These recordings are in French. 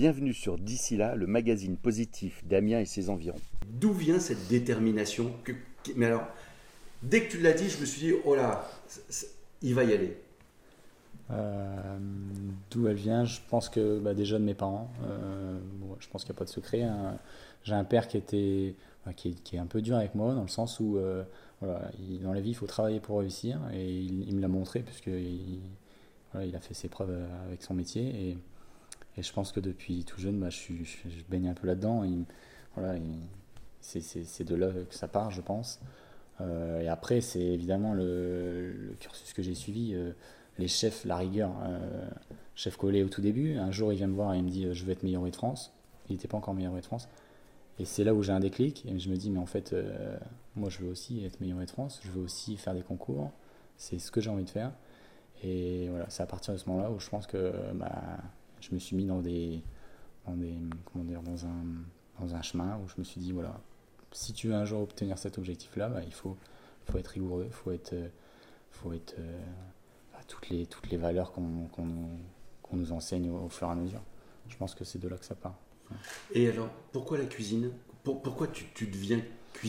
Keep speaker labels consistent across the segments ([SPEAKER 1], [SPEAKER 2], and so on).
[SPEAKER 1] Bienvenue sur D'ici là, le magazine positif d'Amiens et ses environs. D'où vient cette détermination Mais alors, dès que tu l'as dit, je me suis dit, oh là, il va y aller.
[SPEAKER 2] D'où elle vient, je pense que déjà de mes parents. Je pense qu'il n'y a pas de secret, hein. J'ai un père qui est un peu dur avec moi, dans le sens où dans la vie il faut travailler pour réussir, et il me l'a montré, puisqu'il il a fait ses preuves avec son métier, et je pense que depuis tout jeune je baigne un peu là-dedans. C'est de là que ça part, je pense. Et après, c'est évidemment le cursus que j'ai suivi. Les chefs, la rigueur. Chef Collet au tout début, un jour il vient me voir et il me dit je veux être meilleur de France. Il n'était pas encore meilleur de France. Et c'est là où j'ai un déclic, et je me dis mais en fait moi je veux aussi être meilleur de France, je veux aussi faire des concours, c'est ce que j'ai envie de faire. Et voilà, c'est à partir de ce moment-là où je pense que je me suis mis dans un chemin où je me suis dit voilà, si tu veux un jour obtenir cet objectif-là, il faut être rigoureux, faut être toutes les valeurs qu'on nous enseigne au fur et à mesure. Je pense que c'est de là que ça part.
[SPEAKER 1] Et alors, pourquoi la cuisine ? Pourquoi tu deviens cuisinier ?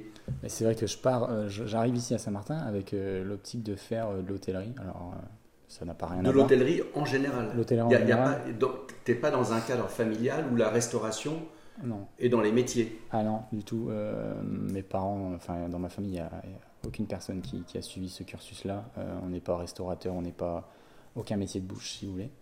[SPEAKER 2] Mais c'est vrai que j'arrive ici à Saint-Martin avec l'optique de faire de l'hôtellerie. Alors, ça n'a pas rien à voir.
[SPEAKER 1] De l'hôtellerie en général.
[SPEAKER 2] L'hôtellerie en général.
[SPEAKER 1] Tu n'es pas dans un cadre familial où la restauration
[SPEAKER 2] non.
[SPEAKER 1] est dans les métiers ?
[SPEAKER 2] Ah non, du tout. Mes parents, dans ma famille, il n'y a aucune personne qui a suivi ce cursus-là. On n'est pas restaurateur, on n'est pas aucun métier de bouche, si vous voulez.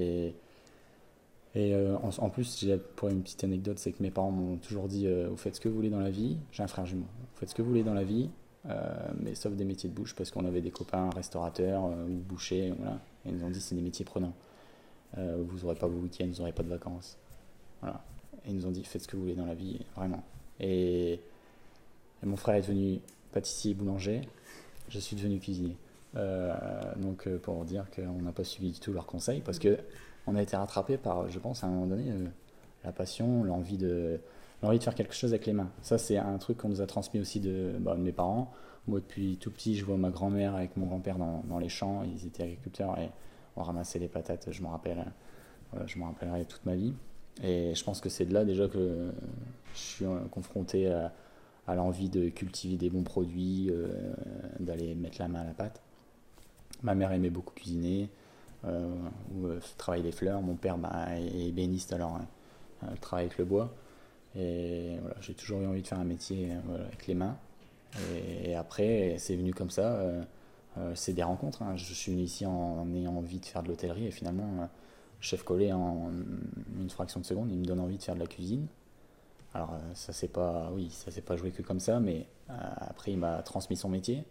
[SPEAKER 2] Et en plus, pour une petite anecdote, c'est que mes parents m'ont toujours dit vous faites ce que vous voulez dans la vie. J'ai un frère jumeau. Vous faites ce que vous voulez dans la vie, mais sauf des métiers de bouche, parce qu'on avait des copains restaurateurs ou bouchers. Voilà. Et ils nous ont dit c'est des métiers prenants. Vous n'aurez pas vos week-ends, vous n'aurez pas de vacances. Voilà. Et ils nous ont dit faites ce que vous voulez dans la vie, vraiment. Et mon frère est devenu pâtissier et boulanger. Je suis devenu cuisinier. Donc pour dire qu'on n'a pas suivi du tout leurs conseils, parce que on a été rattrapé par, je pense, à un moment donné, la passion, l'envie de faire quelque chose avec les mains. Ça, c'est un truc qu'on nous a transmis aussi de mes parents. Moi, depuis tout petit, je vois ma grand-mère avec mon grand-père dans les champs. Ils étaient agriculteurs et on ramassait les patates. Je m'en rappellerai toute ma vie. Et je pense que c'est de là déjà que je suis confronté à l'envie de cultiver des bons produits, d'aller mettre la main à la pâte. Ma mère aimait beaucoup cuisiner. Travailler les fleurs. Mon père est ébéniste, alors travaille avec le bois. Et voilà, j'ai toujours eu envie de faire un métier avec les mains. Et après, c'est venu comme ça. C'est des rencontres. Hein. Je suis venu ici en ayant envie de faire de l'hôtellerie, et finalement, chef Collet, en une fraction de seconde, il me donne envie de faire de la cuisine. Alors ça s'est pas joué que comme ça, mais après il m'a transmis son métier.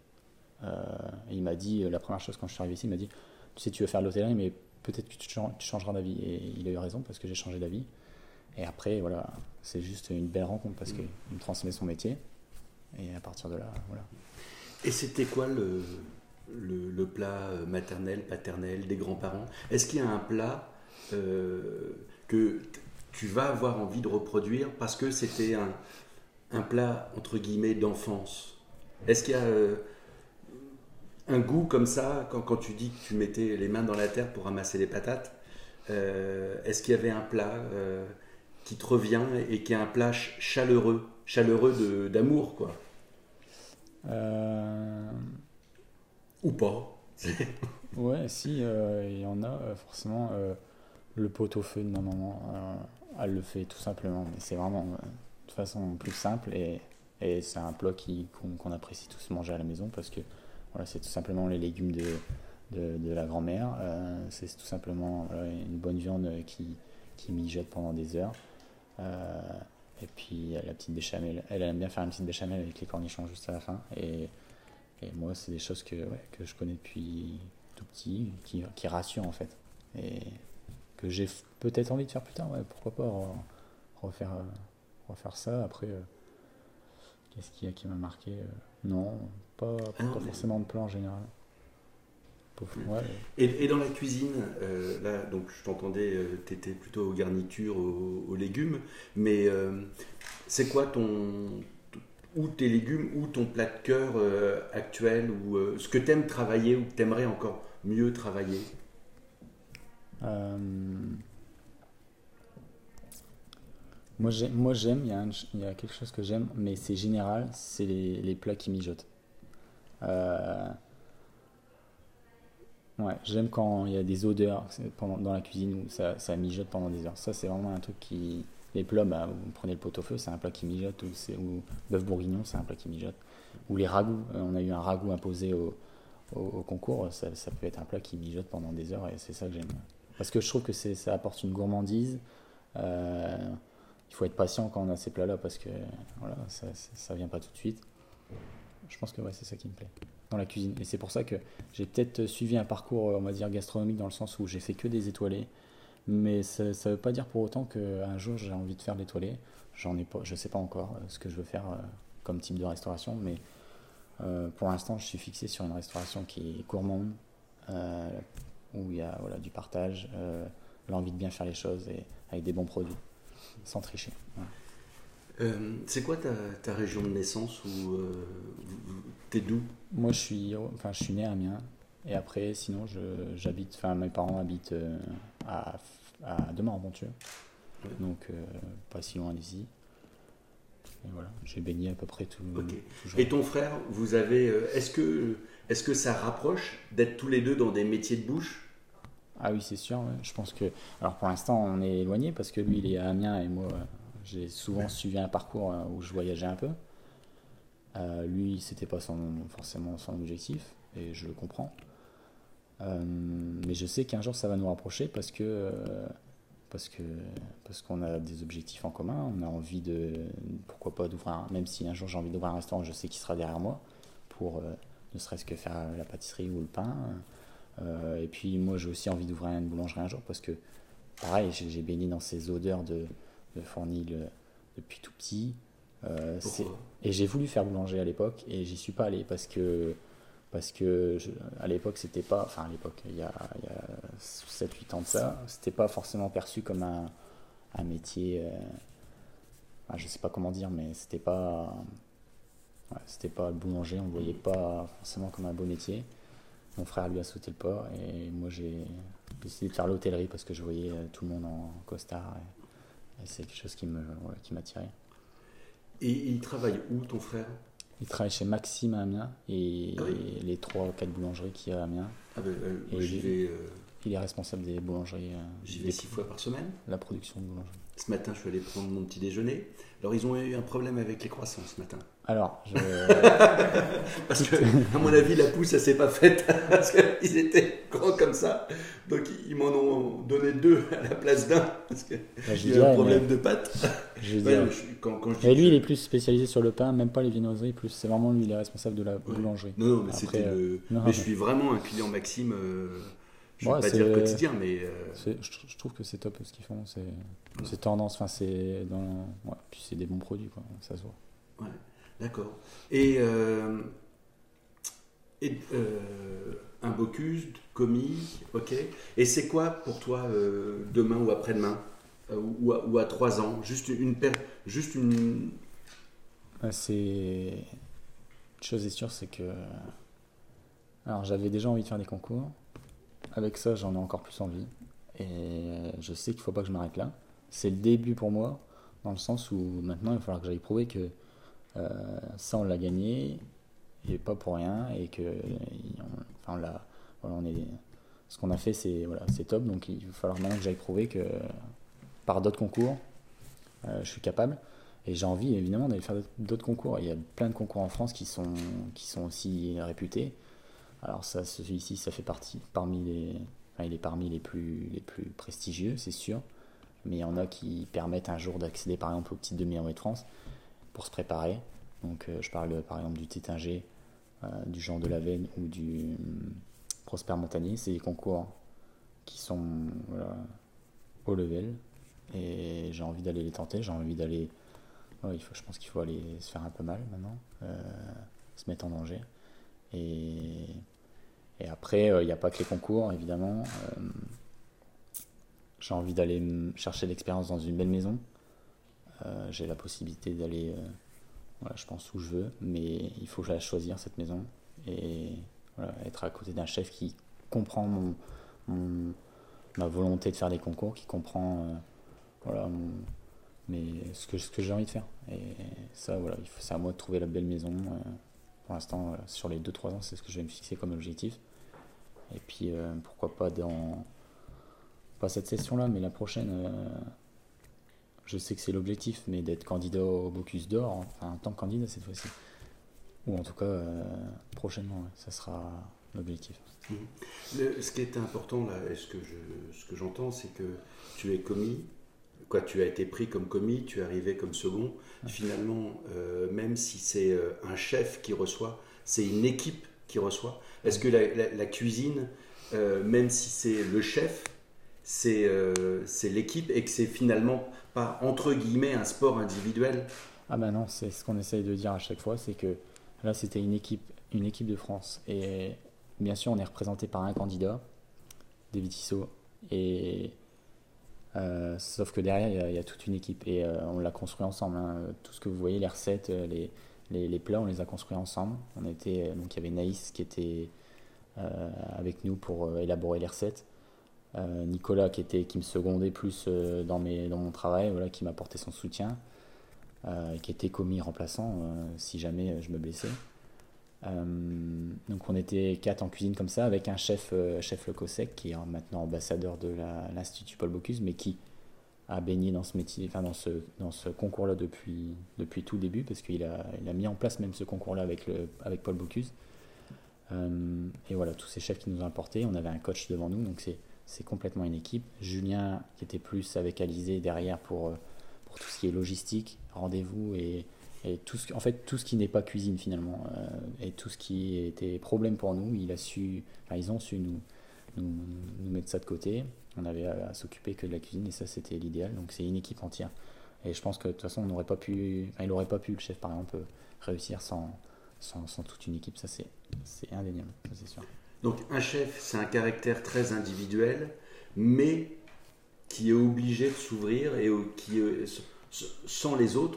[SPEAKER 2] Il m'a dit, la première chose quand je suis arrivé ici, il m'a dit tu sais, tu veux faire de l'hôtellerie, mais peut-être que tu changeras d'avis. Et il a eu raison, parce que j'ai changé d'avis. Et après, voilà, c'est juste une belle rencontre, parce qu'il me transmet son métier. Et à partir de là, voilà.
[SPEAKER 1] Et c'était quoi le plat maternel, paternel des grands-parents ? Est-ce qu'il y a un plat que tu vas avoir envie de reproduire parce que c'était un plat, entre guillemets, d'enfance ? Est-ce qu'il y a un goût comme ça, quand tu dis que tu mettais les mains dans la terre pour ramasser les patates, est-ce qu'il y avait un plat qui te revient et qui est un plat chaleureux d'amour, quoi ? Ou pas ?
[SPEAKER 2] Ouais, si, il y en a forcément. Le pot-au-feu de ma maman, elle le fait tout simplement, mais c'est vraiment de façon plus simple, et c'est un plat qu'on apprécie tous manger à la maison, parce que voilà, c'est tout simplement les légumes de la grand-mère. C'est tout simplement une bonne viande qui mijote pendant des heures. Et puis la petite béchamel. Elle aime bien faire une petite béchamel avec les cornichons juste à la fin. Et moi, c'est des choses que je connais depuis tout petit, qui rassurent en fait. Et que j'ai peut-être envie de faire plus tard. Ouais, pourquoi pas refaire ça. Après, qu'est-ce qu'il y a qui m'a marqué ? Non, pas forcément de plat en général. Ouais.
[SPEAKER 1] Et dans la cuisine, là, donc je t'entendais, tu étais plutôt aux garnitures, aux légumes, mais c'est quoi ou tes légumes, ou ton plat de cœur actuel, ou ce que tu aimes travailler, ou que tu aimerais encore mieux travailler ?
[SPEAKER 2] Moi, j'aime, il y a quelque chose que j'aime, mais c'est général, c'est les plats qui mijotent. Euh, ouais, j'aime quand il y a des odeurs dans la cuisine où ça mijote pendant des heures. Ça, c'est vraiment un truc qui. Les plats, bah, vous prenez le pot-au-feu, c'est un plat qui mijote, ou bœuf bourguignon, c'est un plat qui mijote. Ou les ragoûts, on a eu un ragoût imposé au concours, ça peut être un plat qui mijote pendant des heures et c'est ça que j'aime. Parce que je trouve que ça apporte une gourmandise. Euh, il faut être patient quand on a ces plats-là parce que voilà, ça vient pas tout de suite. Je pense que ouais, c'est ça qui me plaît dans la cuisine. Et c'est pour ça que j'ai peut-être suivi un parcours, on va dire, gastronomique dans le sens où j'ai fait que des étoilés. Mais ça ne veut pas dire pour autant qu'un jour j'ai envie de faire de l'étoilé. J'en ai pas, je ne sais pas encore ce que je veux faire comme type de restauration, mais pour l'instant je suis fixé sur une restauration qui est gourmande, euh, où il y a voilà, du partage, l'envie de bien faire les choses et avec des bons produits, sans tricher. Voilà.
[SPEAKER 1] C'est quoi ta région de naissance ou t'es d'où?
[SPEAKER 2] Moi je suis né à Amiens et après sinon j'habite, enfin mes parents habitent à, à Demarre-en-Monture,
[SPEAKER 1] Ouais.
[SPEAKER 2] donc pas si loin d'ici. Et voilà, j'ai baigné à peu près
[SPEAKER 1] Ok.
[SPEAKER 2] toujours.
[SPEAKER 1] Et ton frère, vous avez, est-ce que ça rapproche d'être tous les deux dans des métiers de bouche?
[SPEAKER 2] Ah oui, c'est sûr, ouais. Je pense que. Alors pour l'instant, on est éloigné parce que lui, il est à Amiens et moi, j'ai souvent suivi un parcours où je voyageais un peu. Lui, c'était pas forcément son objectif et je le comprends. Mais je sais qu'un jour, ça va nous rapprocher parce que parce qu'on a des objectifs en commun. On a envie pourquoi pas d'ouvrir, même si un jour j'ai envie d'ouvrir un restaurant, je sais qu'il sera derrière moi pour ne serait-ce que faire la pâtisserie ou le pain. Et puis moi j'ai aussi envie d'ouvrir une boulangerie un jour parce que pareil j'ai baigné dans ces odeurs de fournil depuis tout petit.
[SPEAKER 1] Pourquoi?
[SPEAKER 2] Et j'ai voulu faire boulanger à l'époque et j'y suis pas allé parce que à l'époque c'était pas, enfin à l'époque il y a 7-8 ans de ça, c'était pas forcément perçu comme un métier, enfin, je sais pas comment dire, mais c'était pas le boulanger, on le voyait pas forcément comme un beau métier. Mon frère lui a sauté le pas et moi j'ai décidé de faire l'hôtellerie parce que je voyais tout le monde en costard et c'est quelque chose qui m'attirait.
[SPEAKER 1] Et il travaille où ton frère?
[SPEAKER 2] Il travaille chez Maxime à Amiens et
[SPEAKER 1] Ah oui.
[SPEAKER 2] les 3 ou 4 boulangeries qu'il y a à Amiens.
[SPEAKER 1] Ah ben,
[SPEAKER 2] Et
[SPEAKER 1] moi,
[SPEAKER 2] il est responsable des boulangeries,
[SPEAKER 1] j'y vais 6 fois par semaine.
[SPEAKER 2] la production de boulangerie.
[SPEAKER 1] Ce matin, je suis allé prendre mon petit déjeuner. Alors, ils ont eu un problème avec les croissants ce matin.
[SPEAKER 2] Alors,
[SPEAKER 1] Parce que, à mon avis, la pousse, elle s'est pas faite. Parce qu'ils étaient grands comme ça. Donc, ils m'en ont donné 2 à la place d'un. Parce qu'il
[SPEAKER 2] je
[SPEAKER 1] y a un
[SPEAKER 2] dirais,
[SPEAKER 1] problème de pâte.
[SPEAKER 2] je
[SPEAKER 1] Ouais,
[SPEAKER 2] dirais.
[SPEAKER 1] quand je dis
[SPEAKER 2] Et lui,
[SPEAKER 1] que-
[SPEAKER 2] il est plus spécialisé sur le pain, même pas les viennoiseries, plus. C'est vraiment lui, il est responsable de la
[SPEAKER 1] Ouais.
[SPEAKER 2] boulangerie.
[SPEAKER 1] Non, non, mais
[SPEAKER 2] Après,
[SPEAKER 1] c'était le.
[SPEAKER 2] non,
[SPEAKER 1] Mais je suis vraiment un client Maxime. Je ne
[SPEAKER 2] Ouais,
[SPEAKER 1] vais pas dire quotidien, mais.
[SPEAKER 2] je trouve que c'est top ce qu'ils font. C'est tendance, enfin, c'est dans. Ouais, puis c'est des bons produits, quoi. Ça se voit.
[SPEAKER 1] Ouais, d'accord. Et un Bocuse, commis, ok. Et c'est quoi pour toi demain ou après-demain ou à 3 ans? Juste une.
[SPEAKER 2] C'est. Une chose est sûre, c'est que. Alors, j'avais déjà envie de faire des concours. Avec ça, j'en ai encore plus envie. Et je sais qu'il ne faut pas que je m'arrête là. C'est le début pour moi, dans le sens où maintenant, il va falloir que j'aille prouver que ça, on l'a gagné, et pas pour rien, et que enfin, voilà, ce qu'on a fait, c'est top. Donc, il va falloir maintenant que j'aille prouver que par d'autres concours, je suis capable. Et j'ai envie, évidemment, d'aller faire d'autres concours. Il y a plein de concours en France qui sont aussi réputés. Alors ça, celui-ci, ça fait enfin, il est parmi les plus prestigieux, c'est sûr. Mais il y en a qui permettent un jour d'accéder, par exemple, au petit demi-entrée de France pour se préparer. Donc, je parle, par exemple, du Tétinger, du Jean de la Veine ou du Prosper Montagnier. C'est des concours qui sont voilà, haut level. Et j'ai envie d'aller les tenter. J'ai envie d'aller. Ouais, je pense qu'il faut aller se faire un peu mal maintenant, se mettre en danger. Et après, il n'y a pas que les concours, évidemment. J'ai envie d'aller chercher l'expérience dans une belle maison. J'ai la possibilité d'aller, voilà, je pense, où je veux, mais il faut que j'aille choisir cette maison et voilà, être à côté d'un chef qui comprend ma volonté de faire des concours, qui comprend voilà, mes ce que j'ai envie de faire. Et ça, voilà, c'est à moi de trouver la belle maison. Pour l'instant, sur les 2-3 ans, c'est ce que je vais me fixer comme objectif. Et puis, pourquoi pas pas cette session-là, mais la prochaine, je sais que c'est l'objectif, mais d'être candidat au Bocuse d'Or, enfin en tant que candidat cette fois-ci. Ou en tout cas, prochainement, ouais, ça sera l'objectif.
[SPEAKER 1] Ce qui est important là, et ce que j'entends, c'est que tu es commis, tu as été pris comme commis, tu es arrivé comme second. Ouais. Finalement, même si c'est un chef qui reçoit, c'est une équipe qui reçoit. Est-ce que la cuisine, même si c'est le chef, c'est l'équipe et que c'est finalement pas entre guillemets un sport individuel?
[SPEAKER 2] Ah ben non, c'est ce qu'on essaye de dire à chaque fois, c'est que là c'était une équipe de France. Et bien sûr, on est représenté par un candidat, David Tissot, et sauf que derrière il y a toute une équipe et on l'a construit ensemble. Hein. Tout ce que vous voyez, les recettes, les plats, on les a construits ensemble. Donc il y avait Naïs qui était avec nous pour élaborer les recettes. Nicolas qui me secondait plus dans mon travail, voilà, qui m'apportait son soutien, qui était commis remplaçant si jamais je me blessais. Donc on était 4 en cuisine comme ça, avec un chef Le Cossec qui est maintenant ambassadeur de l'Institut Paul Bocuse, mais qui a baigné dans ce métier, enfin dans ce concours-là depuis tout le début, parce qu'il a mis en place même ce concours-là avec Paul Bocuse. Et voilà, tous ces chefs qui nous ont apporté, on avait un coach devant nous, donc c'est complètement une équipe. Julien qui était plus avec Alizé derrière pour tout ce qui est logistique, rendez-vous et tout ce qui n'est pas cuisine finalement, et tout ce qui était problème pour nous, ils ont su nous mettre ça de côté. On avait à s'occuper que de la cuisine et ça c'était l'idéal. Donc c'est une équipe entière. Et je pense que de toute façon il n'aurait pas pu, le chef par exemple, réussir sans toute une équipe. Ça c'est indéniable, ça c'est sûr.
[SPEAKER 1] Donc un chef, c'est un caractère très individuel, mais qui est obligé de s'ouvrir et qui, sans les autres,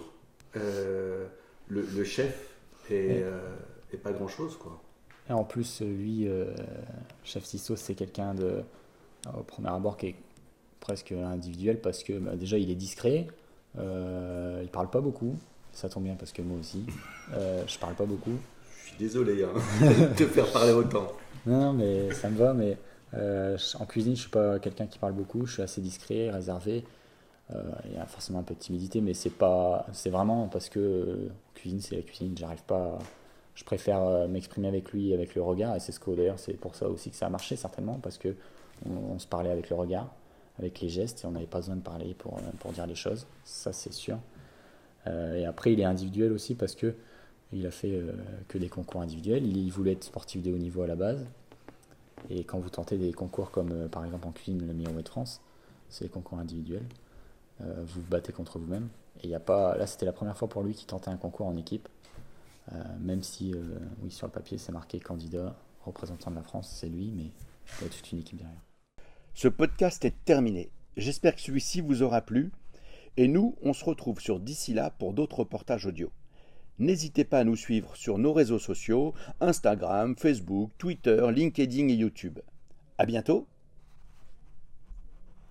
[SPEAKER 1] le chef est pas grand-chose, quoi.
[SPEAKER 2] Et en plus, lui, chef Tissot, c'est quelqu'un au premier abord qui est presque individuel parce que déjà il est discret, il parle pas beaucoup. Ça tombe bien parce que moi aussi, je parle pas beaucoup.
[SPEAKER 1] Je suis désolé de te faire parler autant.
[SPEAKER 2] Non, mais ça me va, mais en cuisine, je suis pas quelqu'un qui parle beaucoup, je suis assez discret, réservé. Il y a forcément un peu de timidité, mais c'est vraiment parce que cuisine, c'est la cuisine, j'arrive pas, je préfère m'exprimer avec lui, avec le regard, et d'ailleurs, c'est pour ça aussi que ça a marché certainement, parce que on se parlait avec le regard, avec les gestes, et on n'avait pas besoin de parler pour dire les choses, ça c'est sûr. Et après, il est individuel aussi parce que il a fait que des concours individuels. Il voulait être sportif de haut niveau à la base. Et quand vous tentez des concours comme par exemple en cuisine, le meilleur de France, c'est les concours individuels. Vous vous battez contre vous-même. Et là, c'était la première fois pour lui qu'il tentait un concours en équipe. Même si, oui, sur le papier, c'est marqué candidat, représentant de la France, c'est lui, mais il y a toute une équipe derrière.
[SPEAKER 3] Ce podcast est terminé. J'espère que celui-ci vous aura plu. Et nous, on se retrouve sur D'ici là pour d'autres reportages audio. N'hésitez pas à nous suivre sur nos réseaux sociaux, Instagram, Facebook, Twitter, LinkedIn et YouTube. À bientôt!